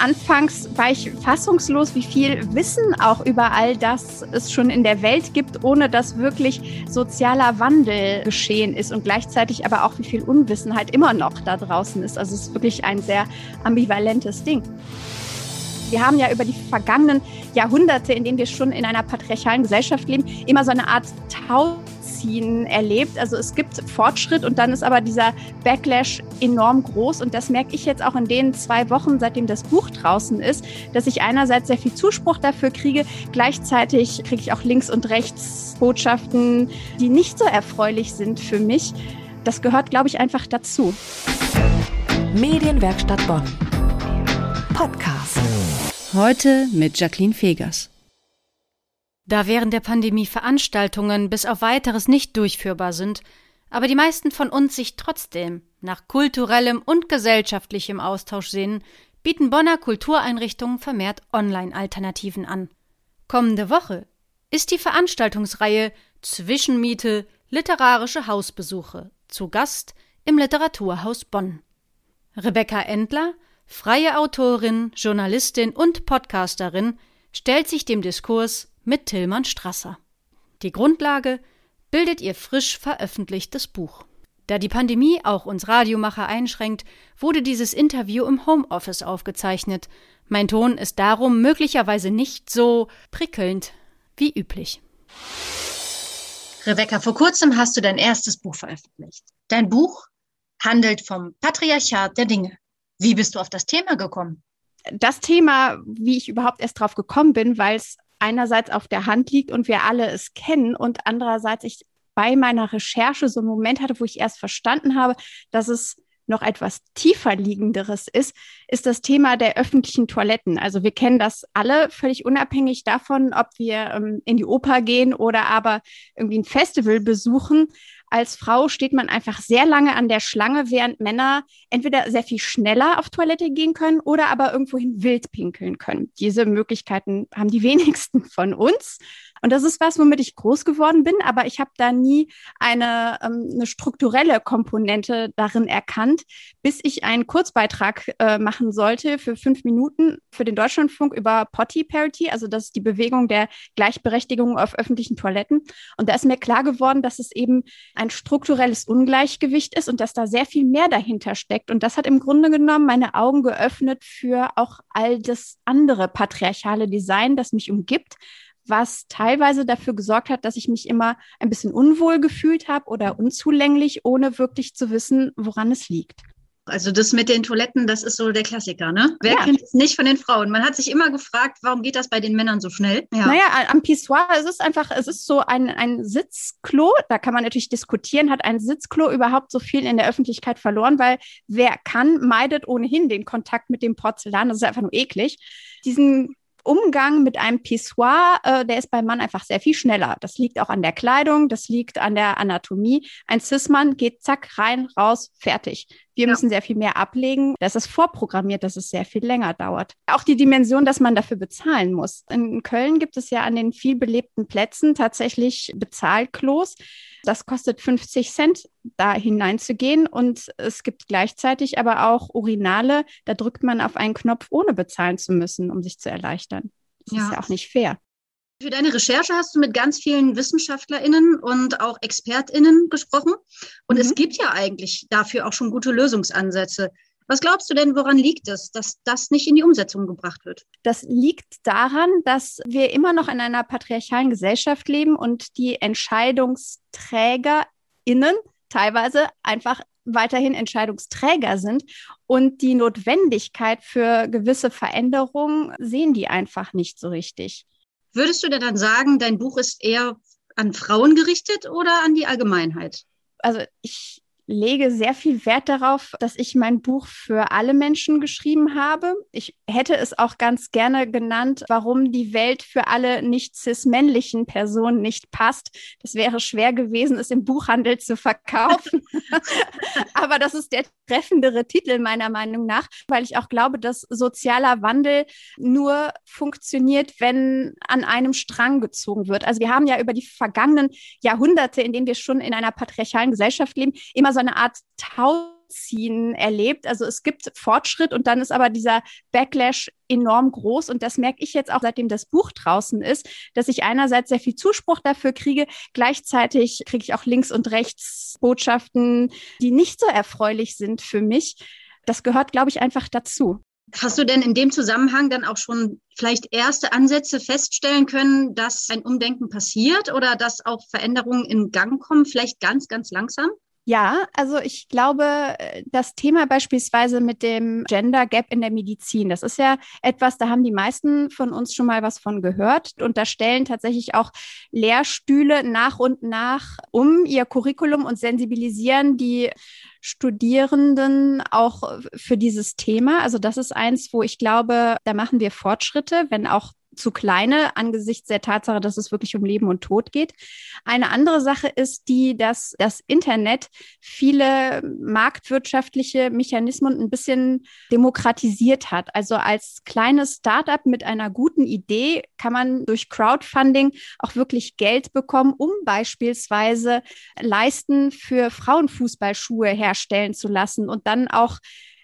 Anfangs war ich fassungslos, wie viel Wissen auch über all das es schon in der Welt gibt, ohne dass wirklich sozialer Wandel geschehen ist und gleichzeitig aber auch, wie viel Unwissenheit immer noch da draußen ist. Also es ist wirklich ein sehr ambivalentes Ding. Wir haben ja über die vergangenen Jahrhunderte, in denen wir schon in einer patriarchalen Gesellschaft leben, immer so eine Art Tauziehen erlebt. Also es gibt Fortschritt und dann ist aber dieser Backlash enorm groß. Und das merke ich jetzt auch in den 2 Wochen, seitdem das Buch draußen ist, dass ich einerseits sehr viel Zuspruch dafür kriege. Gleichzeitig kriege ich auch links und rechts Botschaften, die nicht so erfreulich sind für mich. Das gehört, glaube ich, einfach dazu. Medienwerkstatt Bonn. Podcast. Heute mit Jacqueline Fegers. Da während der Pandemie Veranstaltungen bis auf Weiteres nicht durchführbar sind, aber die meisten von uns sich trotzdem nach kulturellem und gesellschaftlichem Austausch sehnen, bieten Bonner Kultureinrichtungen vermehrt Online-Alternativen an. Kommende Woche ist die Veranstaltungsreihe Zwischenmiete – Literarische Hausbesuche zu Gast im Literaturhaus Bonn. Rebecca Endler, freie Autorin, Journalistin und Podcasterin, stellt sich dem Diskurs mit Tilman Strasser. Die Grundlage bildet ihr frisch veröffentlichtes Buch. Da die Pandemie auch uns Radiomacher einschränkt, wurde dieses Interview im Homeoffice aufgezeichnet. Mein Ton ist darum möglicherweise nicht so prickelnd wie üblich. Rebecca, vor kurzem hast du dein erstes Buch veröffentlicht. Dein Buch handelt vom Patriarchat der Dinge. Wie bist du auf das Thema gekommen? Das Thema, wie ich überhaupt erst drauf gekommen bin, weil es einerseits auf der Hand liegt und wir alle es kennen und andererseits ich bei meiner Recherche so einen Moment hatte, wo ich erst verstanden habe, dass es noch etwas tiefer liegenderes ist das Thema der öffentlichen Toiletten. Also wir kennen das alle, völlig unabhängig davon, ob wir in die Oper gehen oder aber irgendwie ein Festival besuchen. Als Frau steht man einfach sehr lange an der Schlange, während Männer entweder sehr viel schneller auf Toilette gehen können oder aber irgendwohin wild pinkeln können. Diese Möglichkeiten haben die wenigsten von uns. Und das ist was, womit ich groß geworden bin, aber ich habe da nie eine strukturelle Komponente darin erkannt, bis ich einen Kurzbeitrag machen sollte für 5 Minuten für den Deutschlandfunk über Potty Parity, also das ist die Bewegung der Gleichberechtigung auf öffentlichen Toiletten. Und da ist mir klar geworden, dass es eben ein strukturelles Ungleichgewicht ist und dass da sehr viel mehr dahinter steckt. Und das hat im Grunde genommen meine Augen geöffnet für auch all das andere patriarchale Design, das mich umgibt, was teilweise dafür gesorgt hat, dass ich mich immer ein bisschen unwohl gefühlt habe oder unzulänglich, ohne wirklich zu wissen, woran es liegt. Also das mit den Toiletten, das ist so der Klassiker, ne? Wer kennt es nicht von den Frauen? Man hat sich immer gefragt, warum geht das bei den Männern so schnell? Ja. Naja, am Pissoir, es ist so ein Sitzklo, da kann man natürlich diskutieren, hat ein Sitzklo überhaupt so viel in der Öffentlichkeit verloren, weil wer kann, meidet ohnehin den Kontakt mit dem Porzellan, das ist einfach nur eklig. Diesen Umgang mit einem Pissoir, der ist beim Mann einfach sehr viel schneller. Das liegt auch an der Kleidung, das liegt an der Anatomie. Ein Cis-Mann geht zack, rein, raus, fertig. Wir müssen sehr viel mehr ablegen. Das ist vorprogrammiert, dass es sehr viel länger dauert. Auch die Dimension, dass man dafür bezahlen muss. In Köln gibt es ja an den viel belebten Plätzen tatsächlich Bezahlklos. Das kostet 50 Cent, da hineinzugehen. Und es gibt gleichzeitig aber auch Urinale. Da drückt man auf einen Knopf, ohne bezahlen zu müssen, um sich zu erleichtern. Das ist ja auch nicht fair. Für deine Recherche hast du mit ganz vielen WissenschaftlerInnen und auch ExpertInnen gesprochen. Und es gibt ja eigentlich dafür auch schon gute Lösungsansätze. Was glaubst du denn, woran liegt es, dass das nicht in die Umsetzung gebracht wird? Das liegt daran, dass wir immer noch in einer patriarchalen Gesellschaft leben und die EntscheidungsträgerInnen teilweise einfach weiterhin Entscheidungsträger sind und die Notwendigkeit für gewisse Veränderungen sehen die einfach nicht so richtig. Würdest du denn dann sagen, dein Buch ist eher an Frauen gerichtet oder an die Allgemeinheit? Also ich lege sehr viel Wert darauf, dass ich mein Buch für alle Menschen geschrieben habe. Ich hätte es auch ganz gerne genannt, warum die Welt für alle nicht cis-männlichen Personen nicht passt. Das wäre schwer gewesen, es im Buchhandel zu verkaufen. Aber das ist der treffendere Titel meiner Meinung nach, weil ich auch glaube, dass sozialer Wandel nur funktioniert, wenn an einem Strang gezogen wird. Also wir haben ja über die vergangenen Jahrhunderte, in denen wir schon in einer patriarchalen Gesellschaft leben, immer so eine Art Vorziehen erlebt. Also es gibt Fortschritt und dann ist aber dieser Backlash enorm groß. Und das merke ich jetzt auch, seitdem das Buch draußen ist, dass ich einerseits sehr viel Zuspruch dafür kriege. Gleichzeitig kriege ich auch links und rechts Botschaften, die nicht so erfreulich sind für mich. Das gehört, glaube ich, einfach dazu. Hast du denn in dem Zusammenhang dann auch schon vielleicht erste Ansätze feststellen können, dass ein Umdenken passiert oder dass auch Veränderungen in Gang kommen, vielleicht ganz, ganz langsam? Ja, also ich glaube, das Thema beispielsweise mit dem Gender Gap in der Medizin, das ist ja etwas, da haben die meisten von uns schon mal was von gehört. Und da stellen tatsächlich auch Lehrstühle nach und nach um ihr Curriculum und sensibilisieren die Studierenden auch für dieses Thema. Also das ist eins, wo ich glaube, da machen wir Fortschritte, wenn auch zu kleine angesichts der Tatsache, dass es wirklich um Leben und Tod geht. Eine andere Sache ist die, dass das Internet viele marktwirtschaftliche Mechanismen ein bisschen demokratisiert hat. Also als kleines Startup mit einer guten Idee kann man durch Crowdfunding auch wirklich Geld bekommen, um beispielsweise Leisten für Frauenfußballschuhe herstellen zu lassen und dann auch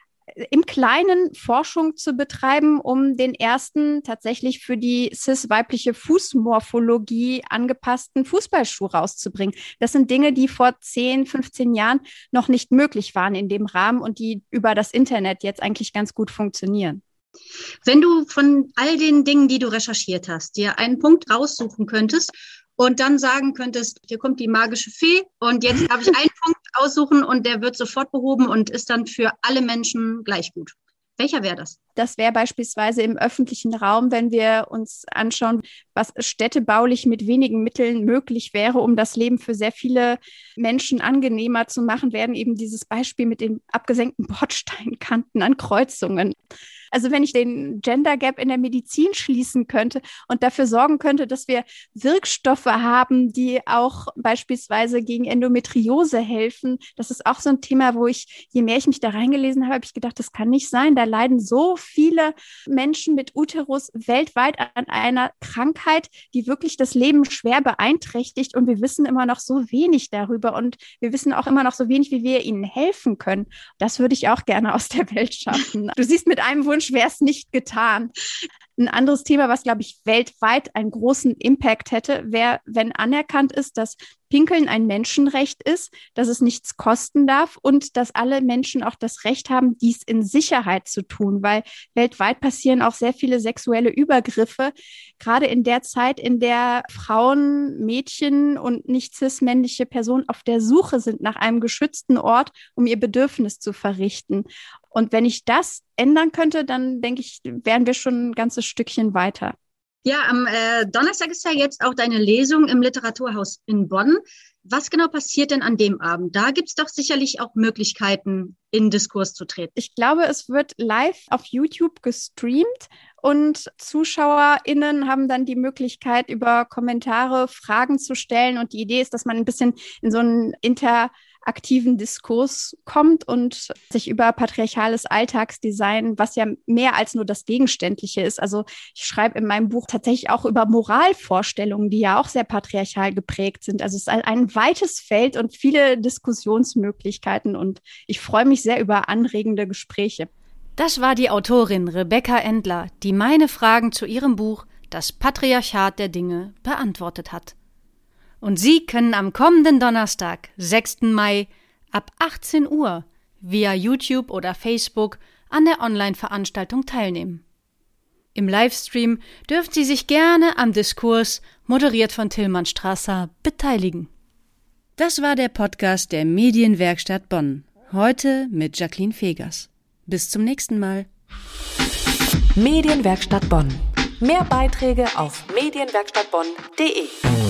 im Kleinen Forschung zu betreiben, um den ersten tatsächlich für die cis-weibliche Fußmorphologie angepassten Fußballschuh rauszubringen. Das sind Dinge, die vor 10, 15 Jahren noch nicht möglich waren in dem Rahmen und die über das Internet jetzt eigentlich ganz gut funktionieren. Wenn du von all den Dingen, die du recherchiert hast, dir einen Punkt raussuchen könntest und dann sagen könntest, hier kommt die magische Fee und jetzt darf ich einen Punkt aussuchen und der wird sofort behoben und ist dann für alle Menschen gleich gut. Welcher wäre das? Das wäre beispielsweise im öffentlichen Raum, wenn wir uns anschauen, was städtebaulich mit wenigen Mitteln möglich wäre, um das Leben für sehr viele Menschen angenehmer zu machen, wären eben dieses Beispiel mit den abgesenkten Bordsteinkanten an Kreuzungen. Also wenn ich den Gender Gap in der Medizin schließen könnte und dafür sorgen könnte, dass wir Wirkstoffe haben, die auch beispielsweise gegen Endometriose helfen, das ist auch so ein Thema, wo ich, je mehr ich mich da reingelesen habe, habe ich gedacht, das kann nicht sein. Da leiden so viele Menschen mit Uterus weltweit an einer Krankheit, die wirklich das Leben schwer beeinträchtigt und wir wissen immer noch so wenig darüber und wir wissen auch immer noch so wenig, wie wir ihnen helfen können. Das würde ich auch gerne aus der Welt schaffen. Du siehst, mit einem Wunsch wäre es nicht getan. Ein anderes Thema, was, glaube ich, weltweit einen großen Impact hätte, wäre, wenn anerkannt ist, dass Pinkeln ein Menschenrecht ist, dass es nichts kosten darf und dass alle Menschen auch das Recht haben, dies in Sicherheit zu tun, weil weltweit passieren auch sehr viele sexuelle Übergriffe, gerade in der Zeit, in der Frauen, Mädchen und nicht cis-männliche Personen auf der Suche sind nach einem geschützten Ort, um ihr Bedürfnis zu verrichten. Und wenn ich das ändern könnte, dann denke ich, wären wir schon ein ganzes Stückchen weiter. Ja, am Donnerstag ist ja jetzt auch deine Lesung im Literaturhaus in Bonn. Was genau passiert denn an dem Abend? Da gibt es doch sicherlich auch Möglichkeiten, in Diskurs zu treten. Ich glaube, es wird live auf YouTube gestreamt und ZuschauerInnen haben dann die Möglichkeit, über Kommentare Fragen zu stellen. Und die Idee ist, dass man ein bisschen in so einen interaktiven Diskurs kommt und sich über patriarchales Alltagsdesign, was ja mehr als nur das Gegenständliche ist. Also ich schreibe in meinem Buch tatsächlich auch über Moralvorstellungen, die ja auch sehr patriarchal geprägt sind. Also es ist ein weites Feld und viele Diskussionsmöglichkeiten und ich freue mich sehr über anregende Gespräche. Das war die Autorin Rebecca Endler, die meine Fragen zu ihrem Buch Das Patriarchat der Dinge beantwortet hat. Und Sie können am kommenden Donnerstag, 6. Mai, ab 18 Uhr via YouTube oder Facebook an der Online-Veranstaltung teilnehmen. Im Livestream dürfen Sie sich gerne am Diskurs, moderiert von Tillmann Strasser, beteiligen. Das war der Podcast der Medienwerkstatt Bonn. Heute mit Jacqueline Fegers. Bis zum nächsten Mal. Medienwerkstatt Bonn. Mehr Beiträge auf medienwerkstattbonn.de.